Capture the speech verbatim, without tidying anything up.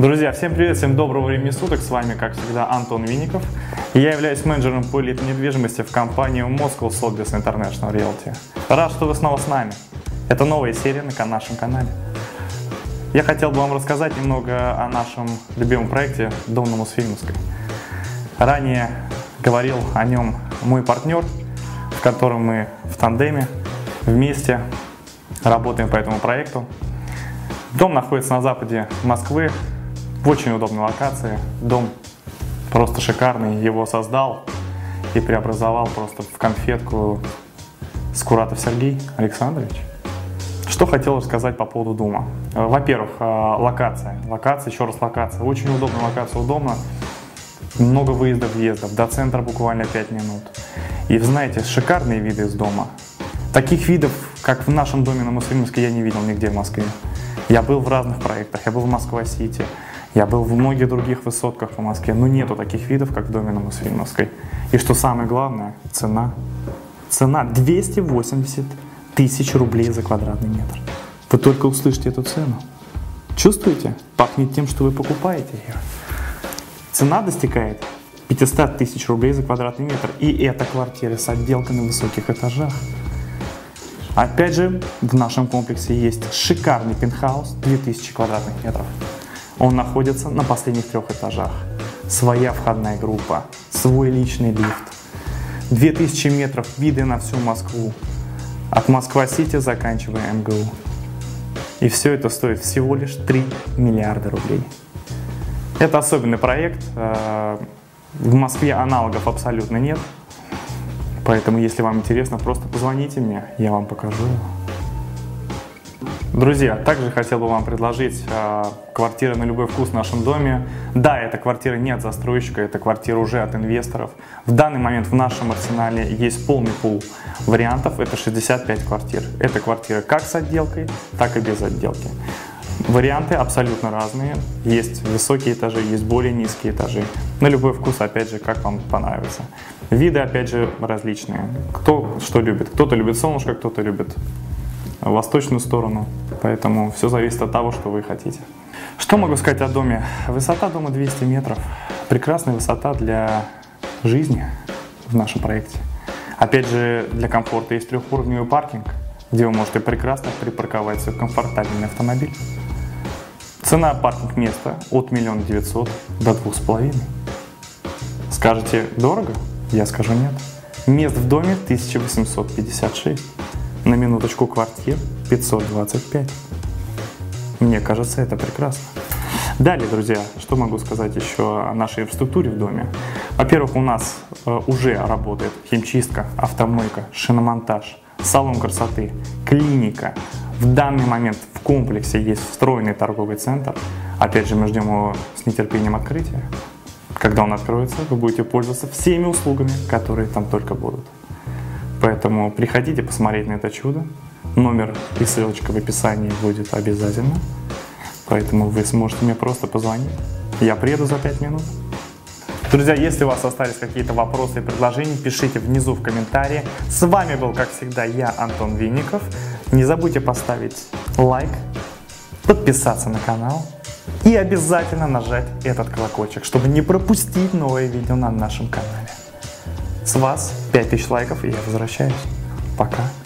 Друзья, всем привет, всем доброго времени суток, с вами, как всегда, Антон Винников. Я являюсь менеджером по элитной недвижимости в компании Moscow Sotheby's International Realty. Рад, что вы снова с нами. Это новая серия на нашем канале. Я хотел бы вам рассказать немного о нашем любимом проекте «Дом на Мосфильмовской». Ранее говорил о нем мой партнер, в котором мы в тандеме вместе работаем по этому проекту. Дом находится на западе Москвы, в очень удобной локации. Дом просто шикарный, его создал и преобразовал просто в конфетку Скуратов Сергей Александрович. Что хотел рассказать по поводу дома. Во-первых, локация. Локация, еще раз локация. Очень удобная локация, удобно. Много выездов, въездов. До центра буквально пять минут. И вы знаете, шикарные виды из дома. Таких видов, как в нашем доме на Мосфильмовской, я не видел нигде в Москве. Я был в разных проектах. Я был в Москва-Сити. Я был в многих других высотках по Москве. Но нету таких видов, как в доме на Мосфильмовской. И что самое главное, цена. Цена двести восемьдесят тысяч рублей за квадратный метр. Вы только услышите эту цену. Чувствуете? Пахнет тем, что вы покупаете ее. Цена достигает пятьсот тысяч рублей за квадратный метр. И это квартира с отделкой на высоких этажах. Опять же, в нашем комплексе есть шикарный пентхаус, две тысячи квадратных метров. Он находится на последних трех этажах. Своя входная группа, свой личный лифт. две тысячи метров виды на всю Москву. От Москва-Сити заканчивая эм гэ у. И все это стоит всего лишь три миллиарда рублей. Это особенный проект. В Москве аналогов абсолютно нет. Поэтому, если вам интересно, просто позвоните мне, я вам покажу. Друзья, также хотел бы вам предложить э, квартиры на любой вкус в нашем доме. Да, эта квартира не от застройщика, это квартира уже от инвесторов. В данный момент в нашем арсенале есть полный пул вариантов, это шестьдесят пять квартир. Это квартиры как с отделкой, так и без отделки. Варианты абсолютно разные. Есть высокие этажи, есть более низкие этажи. На любой вкус, опять же, как вам понравится. Виды, опять же, различные. Кто что любит. Кто-то любит солнышко, кто-то любит восточную сторону. Поэтому все зависит от того, что вы хотите. Что могу сказать о доме? Высота дома двести метров. Прекрасная высота для жизни в нашем проекте. Опять же, для комфорта есть трехуровневый паркинг, где вы можете прекрасно припарковать свой комфортабельный автомобиль. Цена паркинг места от миллиона девятисот до двух с половиной. Скажете, дорого? Я скажу нет. Мест в доме тысяча восемьсот пятьдесят шесть. На минуточку квартир пятьсот двадцать пять. Мне кажется, это прекрасно. Далее, друзья, что могу сказать еще о нашей инфраструктуре в доме. Во-первых, у нас э, уже работает химчистка, автомойка, шиномонтаж, салон красоты, клиника. В данный момент в комплексе есть встроенный торговый центр. Опять же, мы ждем его с нетерпением открытия. Когда он откроется, вы будете пользоваться всеми услугами, которые там только будут. Поэтому приходите посмотреть на это чудо. Номер и ссылочка в описании будет обязательно. Поэтому вы сможете мне просто позвонить. Я приеду за пять минут. Друзья, если у вас остались какие-то вопросы и предложения, пишите внизу в комментарии. С вами был, как всегда, я, Антон Винников. Не забудьте поставить лайк, подписаться на канал и обязательно нажать этот колокольчик, чтобы не пропустить новые видео на нашем канале. С вас пять тысяч лайков, и я возвращаюсь. Пока.